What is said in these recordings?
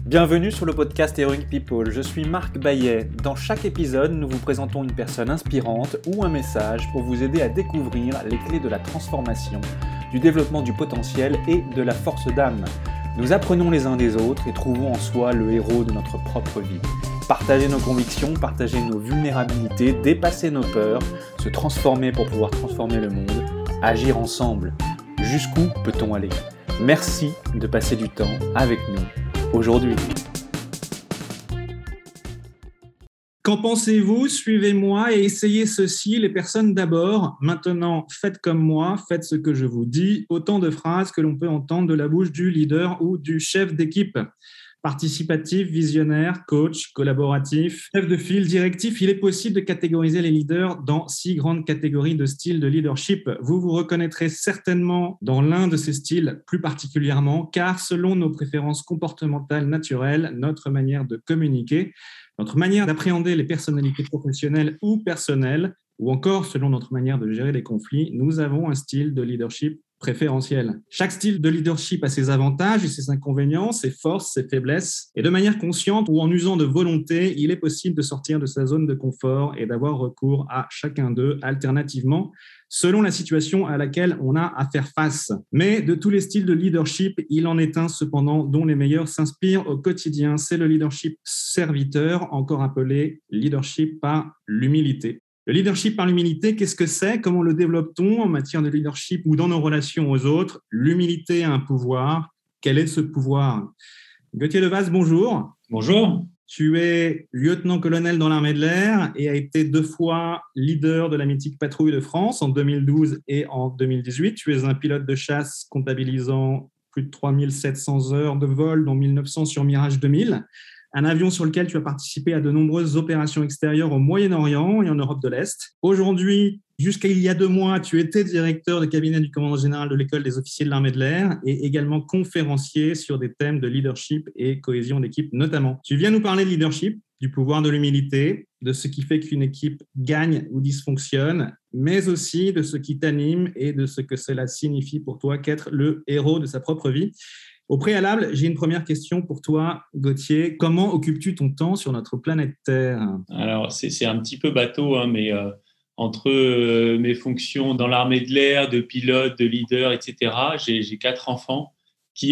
Bienvenue sur le podcast Heroic People, je suis Marc Baillet. Dans chaque épisode, nous vous présentons une personne inspirante ou un message pour vous aider à découvrir les clés de la transformation, du développement du potentiel et de la force d'âme. Nous apprenons les uns des autres et trouvons en soi le héros de notre propre vie. Partager nos convictions, partager nos vulnérabilités, dépasser nos peurs, se transformer pour pouvoir transformer le monde, agir ensemble. Jusqu'où peut-on aller ? Merci de passer du temps avec nous aujourd'hui. Qu'en pensez-vous ? Suivez-moi et essayez ceci, les personnes d'abord. Maintenant, faites comme moi, faites ce que je vous dis. Autant de phrases que l'on peut entendre de la bouche du leader ou du chef d'équipe. Participatif, visionnaire, coach, collaboratif, chef de file, directif, il est possible de catégoriser les leaders dans 6 grandes catégories de styles de leadership. Vous vous reconnaîtrez certainement dans l'un de ces styles plus particulièrement, car selon nos préférences comportementales naturelles, notre manière de communiquer, notre manière d'appréhender les personnalités professionnelles ou personnelles, ou encore selon notre manière de gérer les conflits, nous avons un style de leadership préférentiel. Chaque style de leadership a ses avantages et ses inconvénients, ses forces, ses faiblesses. Et de manière consciente ou en usant de volonté, il est possible de sortir de sa zone de confort et d'avoir recours à chacun d'eux alternativement, selon la situation à laquelle on a à faire face. Mais de tous les styles de leadership, il en est un cependant dont les meilleurs s'inspirent au quotidien. C'est le leadership serviteur, encore appelé leadership par l'humilité. Le leadership par l'humilité, qu'est-ce que c'est ? Comment le développe-t-on en matière de leadership ou dans nos relations aux autres ? L'humilité a un pouvoir. Quel est ce pouvoir ? Gauthier Devaz, bonjour. Bonjour. Tu es lieutenant-colonel dans l'armée de l'air et as été 2 fois leader de la mythique patrouille de France en 2012 et en 2018. Tu es un pilote de chasse comptabilisant plus de 3700 heures de vol, dont 1900 sur Mirage 2000. Un avion sur lequel tu as participé à de nombreuses opérations extérieures au Moyen-Orient et en Europe de l'Est. Aujourd'hui, jusqu'à il y a 2 mois, tu étais directeur de cabinet du commandant général de l'école des officiers de l'armée de l'air et également conférencier sur des thèmes de leadership et cohésion d'équipe notamment. Tu viens nous parler de leadership, du pouvoir de l'humilité, de ce qui fait qu'une équipe gagne ou dysfonctionne, mais aussi de ce qui t'anime et de ce que cela signifie pour toi qu'être le héros de sa propre vie. Au préalable, j'ai une première question pour toi, Gauthier. Comment occupes-tu ton temps sur notre planète Terre ? Alors, c'est un petit peu bateau, mais entre mes fonctions dans l'armée de l'air, de pilote, de leader, etc., j'ai 4 enfants qui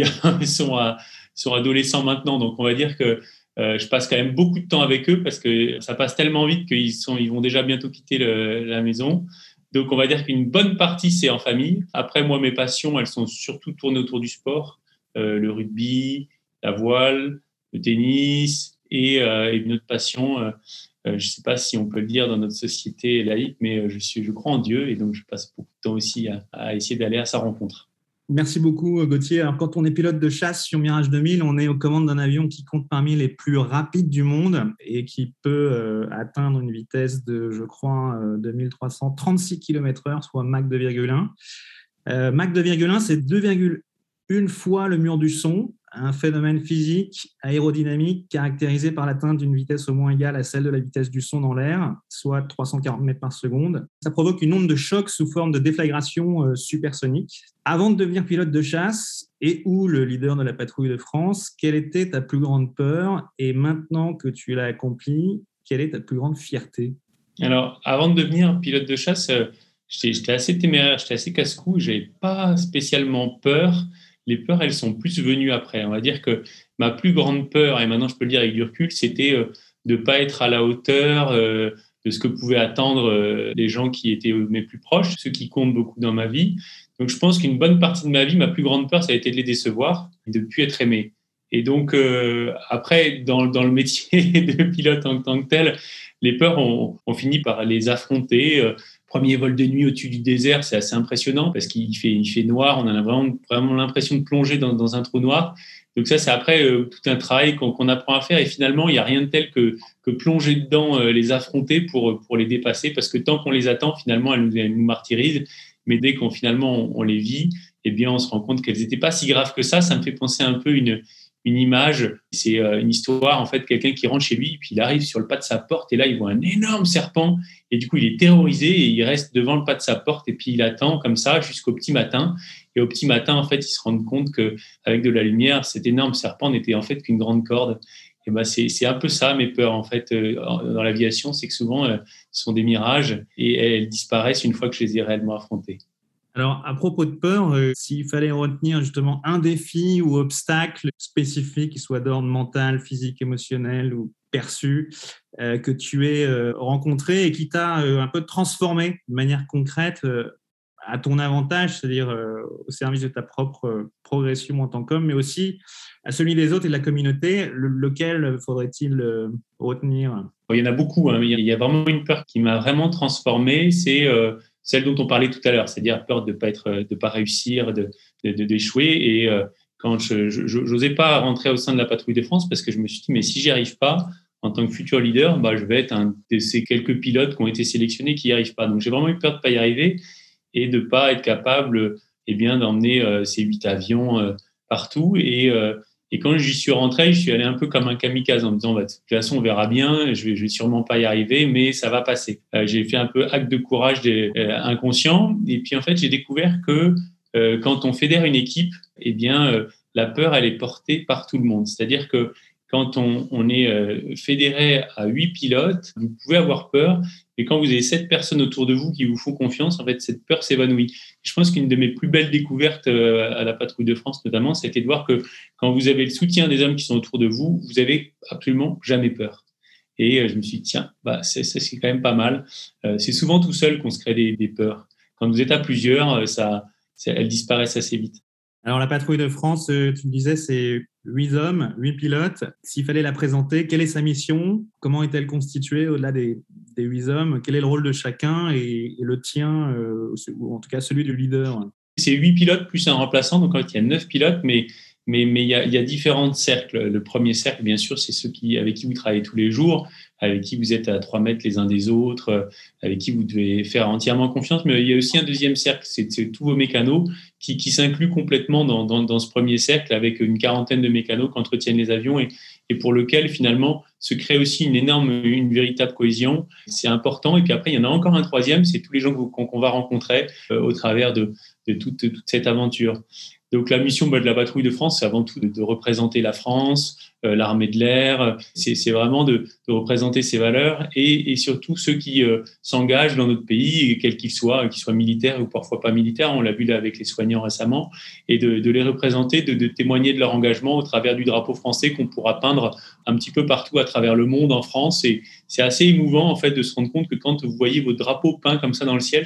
sont adolescents maintenant. Donc, on va dire que je passe quand même beaucoup de temps avec eux parce que ça passe tellement vite qu'ils vont déjà bientôt quitter la maison. Donc, on va dire qu'une bonne partie, c'est en famille. Après, moi, mes passions, elles sont surtout tournées autour du sport. Le rugby, la voile, le tennis et une autre passion. Je ne sais pas si on peut le dire dans notre société laïque, mais je crois en Dieu et donc je passe beaucoup de temps aussi à essayer d'aller à sa rencontre. Merci beaucoup, Gauthier. Alors, quand on est pilote de chasse sur Mirage 2000, on est aux commandes d'un avion qui compte parmi les plus rapides du monde et qui peut atteindre une vitesse de, je crois, 2336 km/h, soit Mach 2,1. Mach 2,1, c'est 2,1 fois le mur du son, un phénomène physique aérodynamique caractérisé par l'atteinte d'une vitesse au moins égale à celle de la vitesse du son dans l'air, soit 340 mètres par seconde. Ça provoque une onde de choc sous forme de déflagration supersonique. Avant de devenir pilote de chasse et ou le leader de la patrouille de France, quelle était ta plus grande peur ? Et maintenant que tu l'as accompli, quelle est ta plus grande fierté ? Alors, avant de devenir pilote de chasse, j'étais assez téméraire, j'étais assez casse-cou, je n'avais pas spécialement peur. Les peurs, elles sont plus venues après. On va dire que ma plus grande peur, et maintenant je peux le dire avec du recul, c'était de ne pas être à la hauteur de ce que pouvaient attendre les gens qui étaient mes plus proches, ceux qui comptent beaucoup dans ma vie. Donc je pense qu'une bonne partie de ma vie, ma plus grande peur, ça a été de les décevoir et de ne plus être aimé. Et donc après, dans le métier de pilote en tant que tel, les peurs, on finit par les affronter. Premier vol de nuit au-dessus du désert, c'est assez impressionnant parce qu'il fait noir, on a vraiment l'impression de plonger dans un trou noir. Donc ça, c'est après tout un travail qu'on apprend à faire et finalement, il n'y a rien de tel que plonger dedans, les affronter pour les dépasser parce que tant qu'on les attend, finalement, elles nous martyrisent. Mais dès qu'on les vit, eh bien, on se rend compte qu'elles n'étaient pas si graves que ça. Ça me fait penser un peu une image, c'est une histoire, en fait, quelqu'un qui rentre chez lui, puis il arrive sur le pas de sa porte, et là, il voit un énorme serpent, et du coup, il est terrorisé, et il reste devant le pas de sa porte, et puis il attend comme ça jusqu'au petit matin. Et au petit matin, en fait, il se rend compte qu'avec de la lumière, cet énorme serpent n'était en fait qu'une grande corde. Et ben, c'est un peu ça, mes peurs, en fait, dans l'aviation, c'est que souvent, ce sont des mirages, et elles disparaissent une fois que je les ai réellement affrontées. Alors, à propos de peur, s'il fallait retenir justement un défi ou obstacle spécifique, qui soit d'ordre mental, physique, émotionnel ou perçu, que tu aies rencontré et qui t'a un peu transformé de manière concrète à ton avantage, c'est-à-dire au service de ta propre progression en tant qu'homme, mais aussi à celui des autres et de la communauté, lequel faudrait-il retenir? Il y en a beaucoup, hein. Il y a vraiment une peur qui m'a vraiment transformé, c'est celle dont on parlait tout à l'heure, c'est-à-dire peur de pas réussir, d'échouer. Et quand je n'osais pas rentrer au sein de la patrouille de France parce que je me suis dit, mais si j'y arrive pas, en tant que futur leader, je vais être un de ces quelques pilotes qui ont été sélectionnés qui n'y arrivent pas. Donc j'ai vraiment eu peur de pas y arriver et de pas être capable, d'emmener ces 8 avions partout. Et quand j'y suis rentré, je suis allé un peu comme un kamikaze en me disant, de toute façon, on verra bien, je vais sûrement pas y arriver, mais ça va passer. J'ai fait un peu acte de courage inconscient. Et puis, en fait, j'ai découvert que quand on fédère une équipe, la peur, elle est portée par tout le monde. C'est-à-dire que quand on est fédéré à 8 pilotes, vous pouvez avoir peur. Et quand vous avez 7 personnes autour de vous qui vous font confiance, en fait, cette peur s'évanouit. Je pense qu'une de mes plus belles découvertes à la Patrouille de France, notamment, c'était de voir que quand vous avez le soutien des hommes qui sont autour de vous, vous avez absolument jamais peur. Et je me suis dit, tiens, c'est quand même pas mal. C'est souvent tout seul qu'on se crée des peurs. Quand vous êtes à plusieurs, elles disparaissent assez vite. Alors, la Patrouille de France, tu me disais, c'est 8 hommes, 8 pilotes. S'il fallait la présenter, quelle est sa mission? Comment est-elle constituée au-delà des 8 hommes? Quel est le rôle de chacun et le tien, ou en tout cas celui du leader? C'est 8 pilotes plus un remplaçant, donc en fait, il y a 9 pilotes, mais il y a différents cercles. Le premier cercle, bien sûr, c'est ceux avec qui vous travaillez tous les jours, avec qui vous êtes à 3 mètres les uns des autres, avec qui vous devez faire entièrement confiance. Mais il y a aussi un deuxième cercle, c'est tous vos mécanos qui s'incluent complètement dans ce premier cercle, avec une quarantaine de mécanos qui entretiennent les avions et pour lequel, finalement, se crée aussi une véritable cohésion. C'est important. Et puis après, il y en a encore un troisième, c'est tous les gens qu'on va rencontrer au travers de toute cette aventure. Donc la mission de la Patrouille de France, c'est avant tout de représenter la France, l'armée de l'air, c'est vraiment de représenter ses valeurs et surtout ceux qui s'engagent dans notre pays, quels qu'ils soient militaires ou parfois pas militaires, on l'a vu là avec les soignants récemment, et de les représenter, de témoigner de leur engagement au travers du drapeau français qu'on pourra peindre un petit peu partout à travers le monde en France. Et c'est assez émouvant en fait de se rendre compte que quand vous voyez votre drapeau peint comme ça dans le ciel,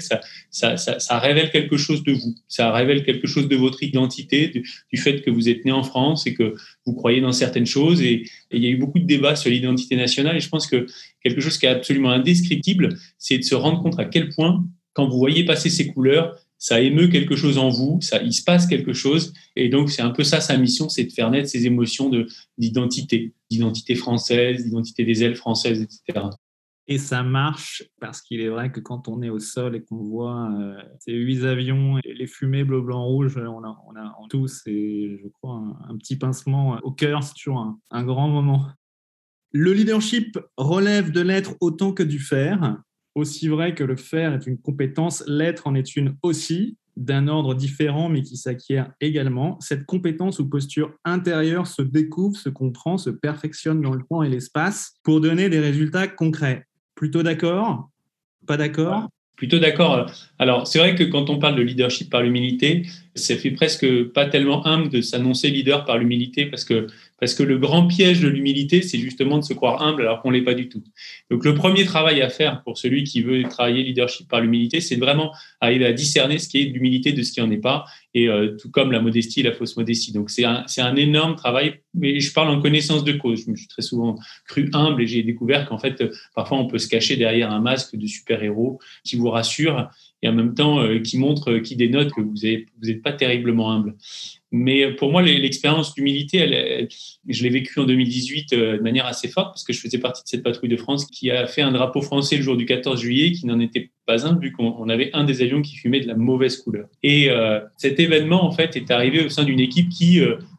ça révèle quelque chose de vous, ça révèle quelque chose de votre identité, du fait que vous êtes né en France et que vous croyez dans certaines choses. Et il y a eu beaucoup de débats sur l'identité nationale et je pense que quelque chose qui est absolument indescriptible, c'est de se rendre compte à quel point, quand vous voyez passer ces couleurs, ça émeut quelque chose en vous, il se passe quelque chose. Et donc, c'est un peu ça sa mission, c'est de faire naître ces émotions d'identité française, d'identité des ailes françaises, etc. Et ça marche parce qu'il est vrai que quand on est au sol et qu'on voit ces 8 avions et les fumées bleu, blanc, rouge, on a tous, et je crois, un petit pincement au cœur. C'est toujours un grand moment. Le leadership relève de l'être autant que du faire. Aussi vrai que le faire est une compétence, l'être en est une aussi, d'un ordre différent mais qui s'acquiert également. Cette compétence ou posture intérieure se découvre, se comprend, se perfectionne dans le temps et l'espace pour donner des résultats concrets. Plutôt d'accord? Pas d'accord? Plutôt d'accord. Alors, c'est vrai que quand on parle de leadership par l'humilité, ça fait presque pas tellement humble de s'annoncer leader par l'humilité parce que le grand piège de l'humilité, c'est justement de se croire humble alors qu'on ne l'est pas du tout. Donc, le premier travail à faire pour celui qui veut travailler leadership par l'humilité, c'est vraiment arriver à discerner ce qui est de l'humilité de ce qui n'en est pas, et tout comme la modestie et la fausse modestie. Donc, c'est un énorme travail, mais je parle en connaissance de cause. Je me suis très souvent cru humble et j'ai découvert qu'en fait, parfois, on peut se cacher derrière un masque de super-héros qui vous rassure et en même temps qui dénote que vous n'êtes pas terriblement humble. Mais pour moi, l'expérience d'humilité, je l'ai vécue en 2018 de manière assez forte parce que je faisais partie de cette patrouille de France qui a fait un drapeau français le jour du 14 juillet qui n'en était pas un vu qu'on avait un des avions qui fumait de la mauvaise couleur. Et cet événement, en fait, est arrivé au sein d'une équipe qui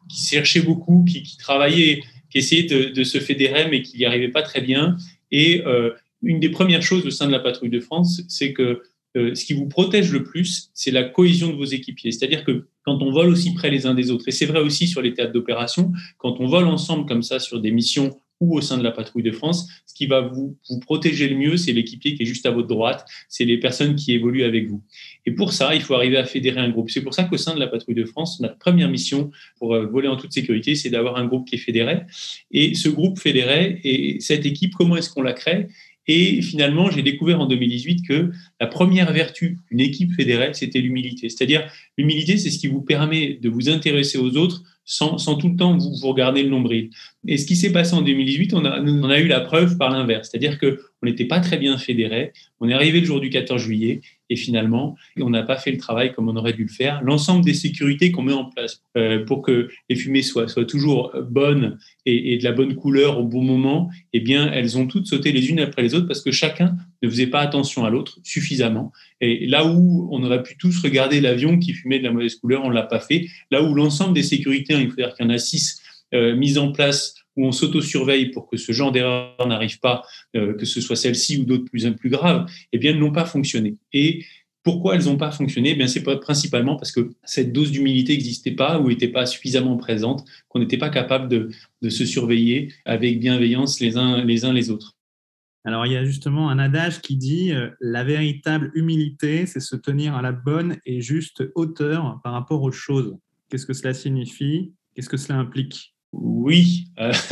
qui cherchait beaucoup, qui travaillait, qui essayait de se fédérer, mais qui n'y arrivait pas très bien. Et une des premières choses au sein de la Patrouille de France, c'est que ce qui vous protège le plus, c'est la cohésion de vos équipiers. C'est-à-dire que quand on vole aussi près les uns des autres, et c'est vrai aussi sur les théâtres d'opération, quand on vole ensemble comme ça sur des missions ou au sein de la Patrouille de France, ce qui va vous protéger le mieux, c'est l'équipier qui est juste à votre droite, c'est les personnes qui évoluent avec vous. Et pour ça, il faut arriver à fédérer un groupe. C'est pour ça qu'au sein de la Patrouille de France, notre première mission pour voler en toute sécurité, c'est d'avoir un groupe qui est fédéré. Et ce groupe fédéré, et cette équipe, comment est-ce qu'on la crée ? Et finalement, j'ai découvert en 2018 que la première vertu d'une équipe fédérée, c'était l'humilité. C'est-à-dire, l'humilité, c'est ce qui vous permet de vous intéresser aux autres sans tout le temps vous regarder le nombril. Et ce qui s'est passé en 2018, on a eu la preuve par l'inverse. C'est-à-dire qu'on n'était pas très bien fédérés. On est arrivé le jour du 14 juillet et finalement, on n'a pas fait le travail comme on aurait dû le faire. L'ensemble des sécurités qu'on met en place pour que les fumées soient toujours bonnes et de la bonne couleur au bon moment, eh bien, elles ont toutes sauté les unes après les autres parce que chacun ne faisait pas attention à l'autre suffisamment. Et là où on aurait pu tous regarder l'avion qui fumait de la mauvaise couleur, on ne l'a pas fait. Là où l'ensemble des sécurités, il faut dire qu'il y en a 6 mises en place, où on s'auto-surveille pour que ce genre d'erreur n'arrive pas, que ce soit celle-ci ou d'autres plus graves, eh bien, elles n'ont pas fonctionné. Et pourquoi elles n'ont pas fonctionné ? Eh bien, c'est principalement parce que cette dose d'humilité n'existait pas ou n'était pas suffisamment présente, qu'on n'était pas capable de se surveiller avec bienveillance les uns les autres. Alors, il y a justement un adage qui dit la véritable humilité, c'est se tenir à la bonne et juste hauteur par rapport aux choses. Qu'est-ce que cela signifie ? Qu'est-ce que cela implique ? Oui,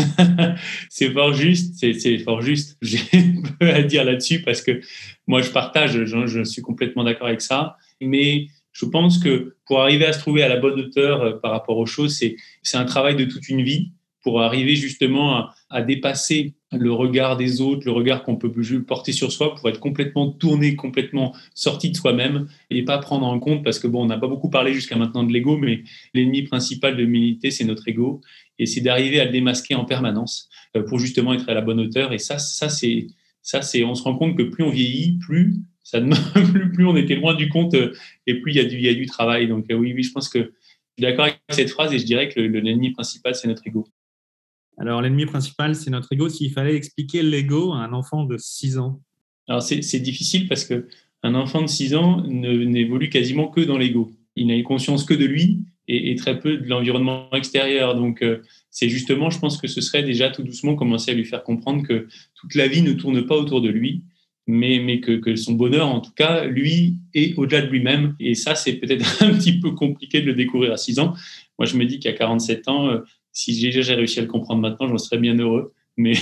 c'est fort juste, c'est fort juste. J'ai peu à dire là-dessus parce que moi, je partage, je suis complètement d'accord avec ça. Mais je pense que pour arriver à se trouver à la bonne hauteur par rapport aux choses, c'est un travail de toute une vie pour arriver justement à dépasser le regard des autres, le regard qu'on peut porter sur soi pour être complètement tourné, complètement sorti de soi-même et pas prendre en compte parce que bon, on n'a pas beaucoup parlé jusqu'à maintenant de l'ego, mais l'ennemi principal de l'humilité, c'est notre ego et c'est d'arriver à le démasquer en permanence pour justement être à la bonne hauteur. Et ça, c'est, on se rend compte que plus on vieillit, plus on était loin du compte et plus il y a du travail. Donc oui, je pense que je suis d'accord avec cette phrase et je dirais que l'ennemi principal, c'est notre ego. Alors, l'ennemi principal, c'est notre ego. S'il fallait expliquer l'ego à un enfant de 6 ans. Alors, c'est difficile parce qu'un enfant de 6 ans n'évolue quasiment que dans l'ego. Il n'a conscience que de lui et très peu de l'environnement extérieur. Donc, c'est justement, je pense que ce serait déjà tout doucement commencer à lui faire comprendre que toute la vie ne tourne pas autour de lui, mais que son bonheur, en tout cas, lui, est au-delà de lui-même. Et ça, c'est peut-être un petit peu compliqué de le découvrir à 6 ans. Moi, je me dis qu'à 47 ans, si j'ai réussi à le comprendre maintenant, j'en serais bien heureux. Mais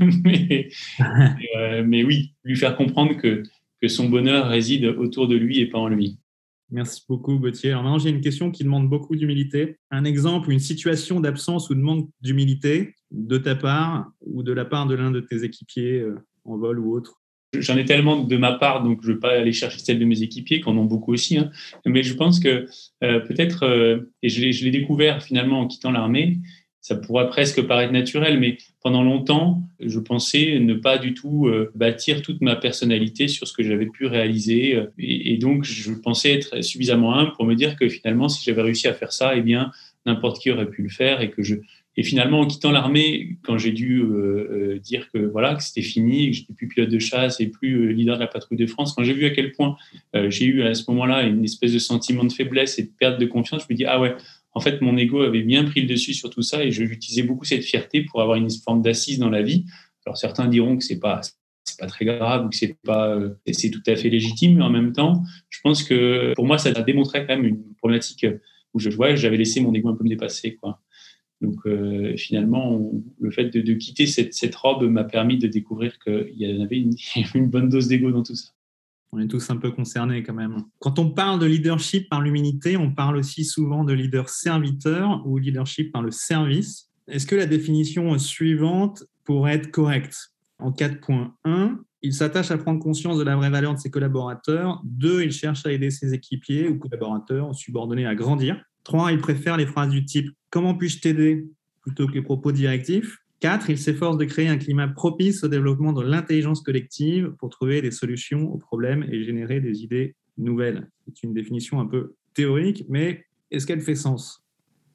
oui, lui faire comprendre que son bonheur réside autour de lui et pas en lui. Merci beaucoup, Gauthier. Alors maintenant, j'ai une question qui demande beaucoup d'humilité. Un exemple, une situation d'absence ou de manque d'humilité de ta part ou de la part de l'un de tes équipiers en vol ou autre. J'en ai tellement de ma part, donc je ne vais pas aller chercher celle de mes équipiers, qui en ont beaucoup aussi. Hein. Mais je pense que peut-être, et je l'ai découvert finalement en quittant l'armée, ça pourrait presque paraître naturel, mais pendant longtemps, je pensais ne pas du tout bâtir toute ma personnalité sur ce que j'avais pu réaliser. Et donc, je pensais être suffisamment humble pour me dire que finalement, si j'avais réussi à faire ça, eh bien, n'importe qui aurait pu le faire. Et finalement, en quittant l'armée, quand j'ai dû dire que voilà, que c'était fini, que j'étais plus pilote de chasse et plus leader de la patrouille de France, quand j'ai vu à quel point j'ai eu à ce moment-là une espèce de sentiment de faiblesse et de perte de confiance, je me dis ah ouais, en fait mon ego avait bien pris le dessus sur tout ça et j'utilisais beaucoup cette fierté pour avoir une forme d'assise dans la vie. Alors certains diront que c'est pas très grave ou que c'est tout à fait légitime, mais en même temps, je pense que pour moi ça a démontré quand même une problématique où j'avais laissé mon ego un peu me dépasser, quoi. Donc finalement, le fait de quitter cette robe m'a permis de découvrir qu'il y avait une bonne dose d'ego dans tout ça. On est tous un peu concernés quand même. Quand on parle de leadership par l'humilité, on parle aussi souvent de leader serviteur ou leadership par le service. Est-ce que la définition suivante pourrait être correcte ? En 4.1, il s'attache à prendre conscience de la vraie valeur de ses collaborateurs. 2, il cherche à aider ses équipiers ou collaborateurs subordonnés à grandir. 3, il préfère les phrases du type « Comment puis-je t'aider ?» plutôt que les propos directifs. 4, il s'efforce de créer un climat propice au développement de l'intelligence collective pour trouver des solutions aux problèmes et générer des idées nouvelles. C'est une définition un peu théorique, mais est-ce qu'elle fait sens ?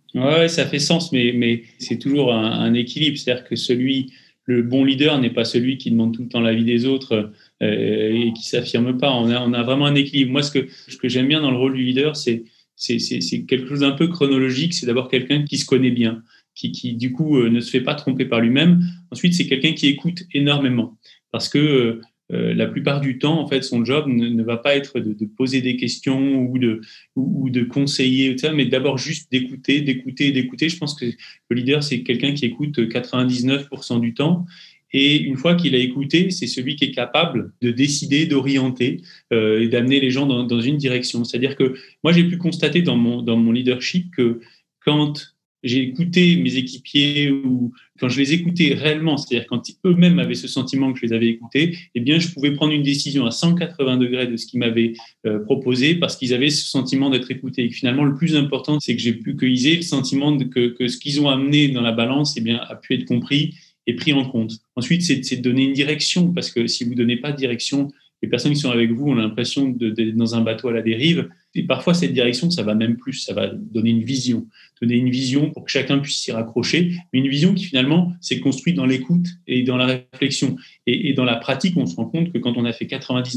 Ouais, ça fait sens, mais c'est toujours un équilibre. C'est-à-dire que le bon leader n'est pas celui qui demande tout le temps l'avis des autres et qui s'affirme pas. On a vraiment un équilibre. Moi, ce que j'aime bien dans le rôle du leader, c'est quelque chose d'un peu chronologique. C'est d'abord quelqu'un qui se connaît bien, qui du coup ne se fait pas tromper par lui-même. Ensuite, c'est quelqu'un qui écoute énormément parce que la plupart du temps, en fait, son job ne va pas être de poser des questions ou de conseiller, mais d'abord juste d'écouter, d'écouter, d'écouter. Je pense que le leader, c'est quelqu'un qui écoute 99% du temps. Et une fois qu'il a écouté, c'est celui qui est capable de décider, d'orienter et d'amener les gens dans une direction. C'est-à-dire que moi, j'ai pu constater dans mon leadership que quand j'ai écouté mes équipiers ou quand je les écoutais réellement, c'est-à-dire quand eux-mêmes avaient ce sentiment que je les avais écoutés, eh bien, je pouvais prendre une décision à 180 degrés de ce qu'ils m'avaient proposé parce qu'ils avaient ce sentiment d'être écoutés. Et finalement, le plus important, c'est que j'ai pu qu'ils aient le sentiment que ce qu'ils ont amené dans la balance eh bien, a pu être compris et pris en compte. Ensuite, c'est de donner une direction parce que si vous ne donnez pas de direction, les personnes qui sont avec vous ont l'impression d'être dans un bateau à la dérive. Et parfois, cette direction, ça va même plus, ça va donner une vision pour que chacun puisse s'y raccrocher, mais une vision qui finalement s'est construite dans l'écoute et dans la réflexion. Et dans la pratique, on se rend compte que quand on a fait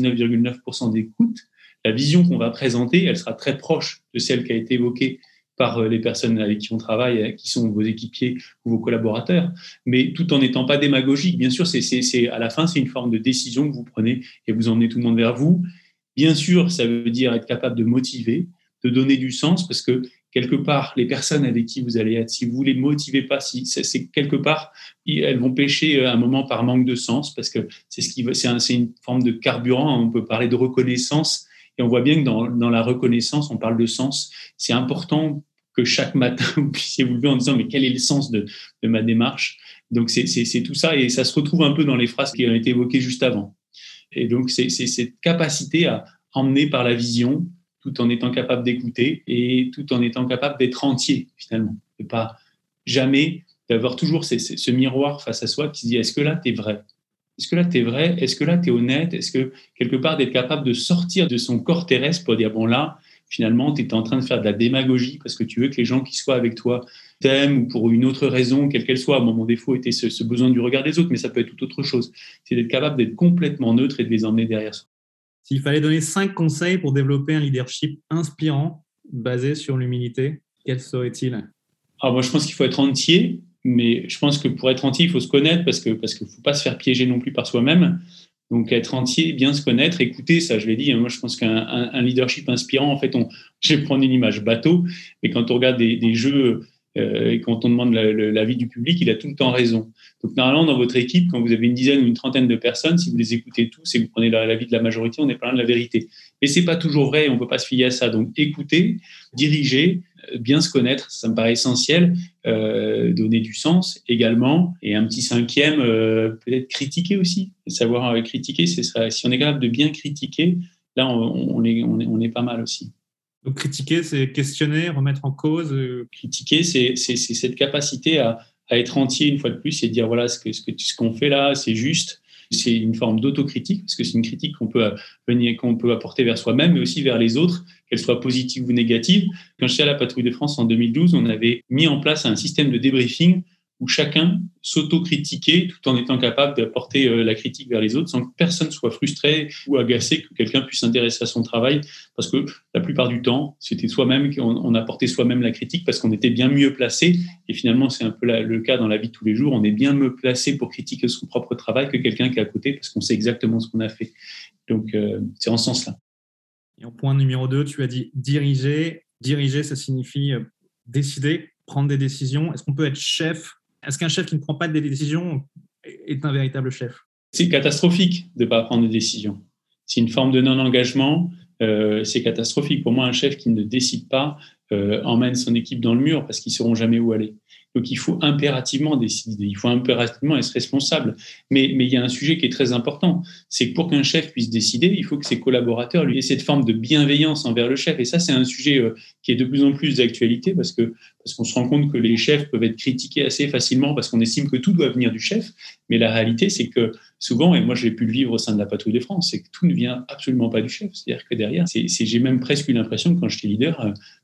99,9% d'écoute, la vision qu'on va présenter, elle sera très proche de celle qui a été évoquée par les personnes avec qui on travaille, qui sont vos équipiers ou vos collaborateurs, mais tout en n'étant pas démagogique. Bien sûr, à la fin, c'est une forme de décision que vous prenez et vous emmenez tout le monde vers vous. Bien sûr, ça veut dire être capable de motiver, de donner du sens, parce que quelque part, les personnes avec qui vous allez être, si vous ne les motivez pas, c'est quelque part, elles vont pêcher à un moment par manque de sens, parce que c'est une forme de carburant. On peut parler de reconnaissance, et on voit bien que dans la reconnaissance, on parle de sens. C'est important que chaque matin, vous puissiez vous lever en disant « mais quel est le sens de ma démarche ?» Donc, c'est tout ça, et ça se retrouve un peu dans les phrases qui ont été évoquées juste avant. Et donc, c'est cette capacité à emmener par la vision, tout en étant capable d'écouter et tout en étant capable d'être entier, finalement. De pas jamais, d'avoir toujours ce miroir face à soi qui se dit « est-ce que là, tu es vrai ? Est-ce que là, tu es vrai ? Est-ce que là, tu es honnête ? Est-ce que, quelque part, d'être capable de sortir de son corps terrestre pour dire « bon, là, finalement, tu es en train de faire de la démagogie parce que tu veux que les gens qui soient avec toi t'aiment ou pour une autre raison, quelle qu'elle soit. » Mon défaut était ce besoin du regard des autres, mais ça peut être toute autre chose. C'est d'être capable d'être complètement neutre et de les emmener derrière soi. S'il fallait donner 5 conseils pour développer un leadership inspirant basé sur l'humilité, quels seraient-ils ? Alors moi, je pense qu'il faut être entier, mais je pense que pour être entier, il faut se connaître parce qu'il ne faut pas se faire piéger non plus par soi-même. Donc, être entier, bien se connaître, écouter, ça, je l'ai dit. Moi, je pense qu'un leadership inspirant, en fait, je vais prendre une image bateau, mais quand on regarde des jeux et quand on demande l'avis du public, il a tout le temps raison. Donc, normalement, dans votre équipe, quand vous avez une dizaine ou une trentaine de personnes, si vous les écoutez tous et que vous prenez l'avis de la majorité, on n'est pas loin de la vérité. Mais ce n'est pas toujours vrai, on ne peut pas se fier à ça. Donc, écouter, diriger, bien se connaître, ça me paraît essentiel. Donner du sens également. Et un petit cinquième, peut-être critiquer aussi. Savoir critiquer, si on est capable de bien critiquer, là, on est pas mal aussi. Donc, critiquer, c'est questionner, remettre en cause. Critiquer, c'est cette capacité à être entier une fois de plus et dire voilà, ce qu'on fait là, c'est juste. C'est une forme d'autocritique, parce que c'est une critique qu'on peut apporter vers soi-même, mais aussi vers les autres, qu'elle soit positive ou négative. Quand j'étais à la Patrouille de France en 2012, on avait mis en place un système de débriefing où chacun s'autocritiquait tout en étant capable d'apporter la critique vers les autres sans que personne soit frustré ou agacé que quelqu'un puisse s'intéresser à son travail, parce que la plupart du temps, c'était soi-même qu'on apportait soi-même la critique parce qu'on était bien mieux placé. Et finalement, c'est un peu le cas dans la vie de tous les jours. On est bien mieux placé pour critiquer son propre travail que quelqu'un qui est à côté parce qu'on sait exactement ce qu'on a fait. Donc, c'est en ce sens-là. Et en point numéro 2, tu as dit diriger. Diriger, ça signifie décider, prendre des décisions. Est-ce qu'on peut être chef ? Est-ce qu'un chef qui ne prend pas de décisions est un véritable chef ? C'est catastrophique de ne pas prendre de décisions. C'est une forme de non-engagement. C'est catastrophique. Pour moi, un chef qui ne décide pas emmène son équipe dans le mur parce qu'ils ne sauront jamais où aller. Donc, il faut impérativement décider, il faut impérativement être responsable. Mais il y a un sujet qui est très important, c'est que pour qu'un chef puisse décider, il faut que ses collaborateurs lui aient cette forme de bienveillance envers le chef. Et ça, c'est un sujet qui est de plus en plus d'actualité parce qu'on se rend compte que les chefs peuvent être critiqués assez facilement parce qu'on estime que tout doit venir du chef. Mais la réalité, c'est que souvent, et moi j'ai pu le vivre au sein de la Patrouille de France, c'est que tout ne vient absolument pas du chef. C'est-à-dire que derrière, j'ai même presque eu l'impression que quand j'étais leader,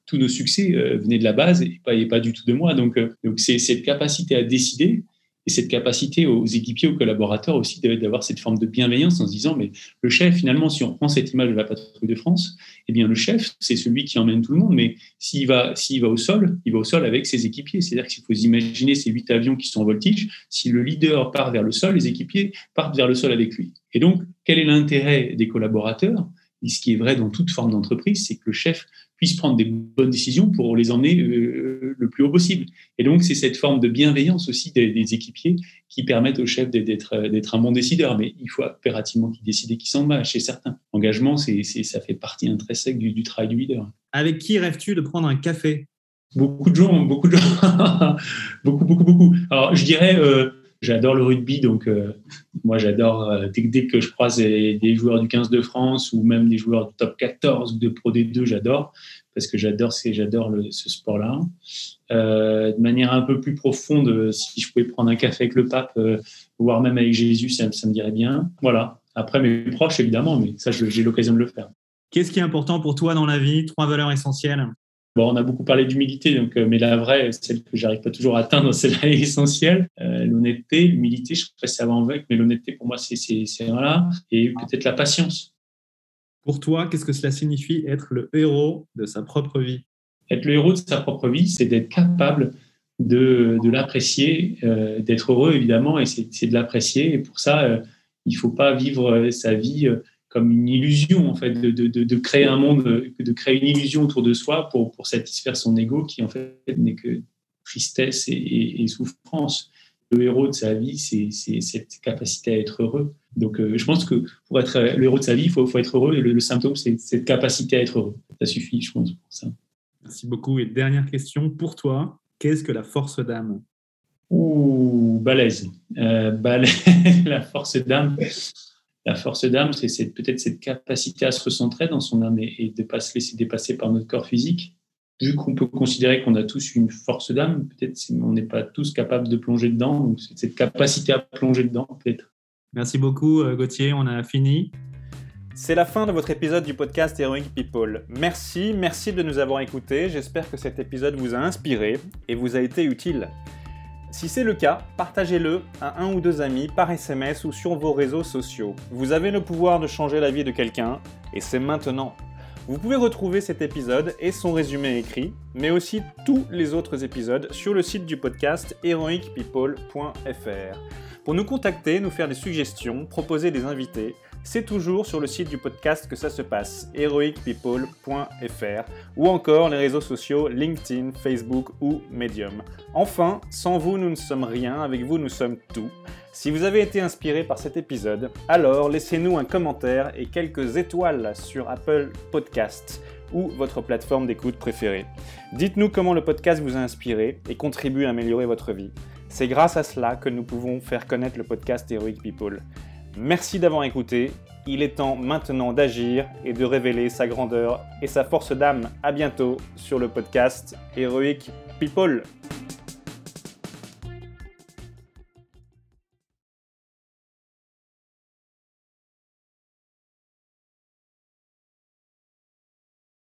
tous nos succès venaient de la base et pas du tout de moi. Donc c'est cette capacité à décider et cette capacité aux équipiers, aux collaborateurs aussi d'avoir cette forme de bienveillance en se disant mais le chef, finalement, si on reprend cette image de la patrouille de France, eh bien le chef, c'est celui qui emmène tout le monde, mais s'il va au sol, il va au sol avec ses équipiers. C'est-à-dire qu'il faut imaginer ces 8 avions qui sont en voltige. Si le leader part vers le sol, les équipiers partent vers le sol avec lui. Et donc, quel est l'intérêt des collaborateurs ? Et ce qui est vrai dans toute forme d'entreprise, c'est que le chef puisse prendre des bonnes décisions pour les emmener le plus haut possible. Et donc, c'est cette forme de bienveillance aussi des équipiers qui permettent au chef d'être un bon décideur. Mais il faut impérativement qu'il décide et qu'il s'en va chez certains. L'engagement, ça fait partie intrinsèque du travail du leader. Avec qui rêves-tu de prendre un café ? Beaucoup de gens. beaucoup. Alors, je dirais... j'adore le rugby, donc moi j'adore, dès que je croise des joueurs du 15 de France ou même des joueurs du top 14 ou de Pro D2, j'adore, parce que j'adore ce sport-là. De manière un peu plus profonde, si je pouvais prendre un café avec le pape, voire même avec Jésus, ça me dirait bien. Voilà. Après, mes proches, évidemment, mais ça, j'ai l'occasion de le faire. Qu'est-ce qui est important pour toi dans la vie ? 3 valeurs essentielles. Bon, on a beaucoup parlé d'humilité, mais la vraie, celle que j'arrive pas toujours à atteindre, celle-là est essentielle. L'honnêteté, l'humilité, je sais pas si ça va avec, mais l'honnêteté pour moi, c'est voilà. Et peut-être la patience. Pour toi, qu'est-ce que cela signifie être le héros de sa propre vie ? Être le héros de sa propre vie, c'est d'être capable de l'apprécier, d'être heureux évidemment, et c'est de l'apprécier. Et pour ça, il faut pas vivre sa vie comme une illusion, en fait, de créer un monde, de créer une illusion autour de soi pour satisfaire son ego qui, en fait, n'est que tristesse et souffrance. Le héros de sa vie, c'est cette capacité à être heureux. Donc, je pense que pour être le héros de sa vie, il faut être heureux. Et le symptôme, c'est cette capacité à être heureux. Ça suffit, je pense, pour ça. Merci beaucoup. Et dernière question, pour toi, qu'est-ce que la force d'âme ? Balèze. La force d'âme... La force d'âme, c'est peut-être cette capacité à se recentrer dans son âme et de ne pas se laisser dépasser par notre corps physique. Vu qu'on peut considérer qu'on a tous une force d'âme, peut-être on n'est pas tous capables de plonger dedans. Donc, c'est cette capacité à plonger dedans, peut-être. Merci beaucoup, Gauthier. On a fini. C'est la fin de votre épisode du podcast Heroic People. Merci de nous avoir écoutés. J'espère que cet épisode vous a inspiré et vous a été utile. Si c'est le cas, partagez-le à 1 ou 2 amis par SMS ou sur vos réseaux sociaux. Vous avez le pouvoir de changer la vie de quelqu'un, et c'est maintenant. Vous pouvez retrouver cet épisode et son résumé écrit, mais aussi tous les autres épisodes sur le site du podcast heroicpeople.fr. Pour nous contacter, nous faire des suggestions, proposer des invités, c'est toujours sur le site du podcast que ça se passe, heroicpeople.fr, ou encore les réseaux sociaux LinkedIn, Facebook ou Medium. Enfin, sans vous, nous ne sommes rien, avec vous, nous sommes tout. Si vous avez été inspiré par cet épisode, alors laissez-nous un commentaire et quelques étoiles sur Apple Podcasts ou votre plateforme d'écoute préférée. Dites-nous comment le podcast vous a inspiré et contribue à améliorer votre vie. C'est grâce à cela que nous pouvons faire connaître le podcast Heroic People. Merci d'avoir écouté, il est temps maintenant d'agir et de révéler sa grandeur et sa force d'âme. À bientôt sur le podcast Heroic People.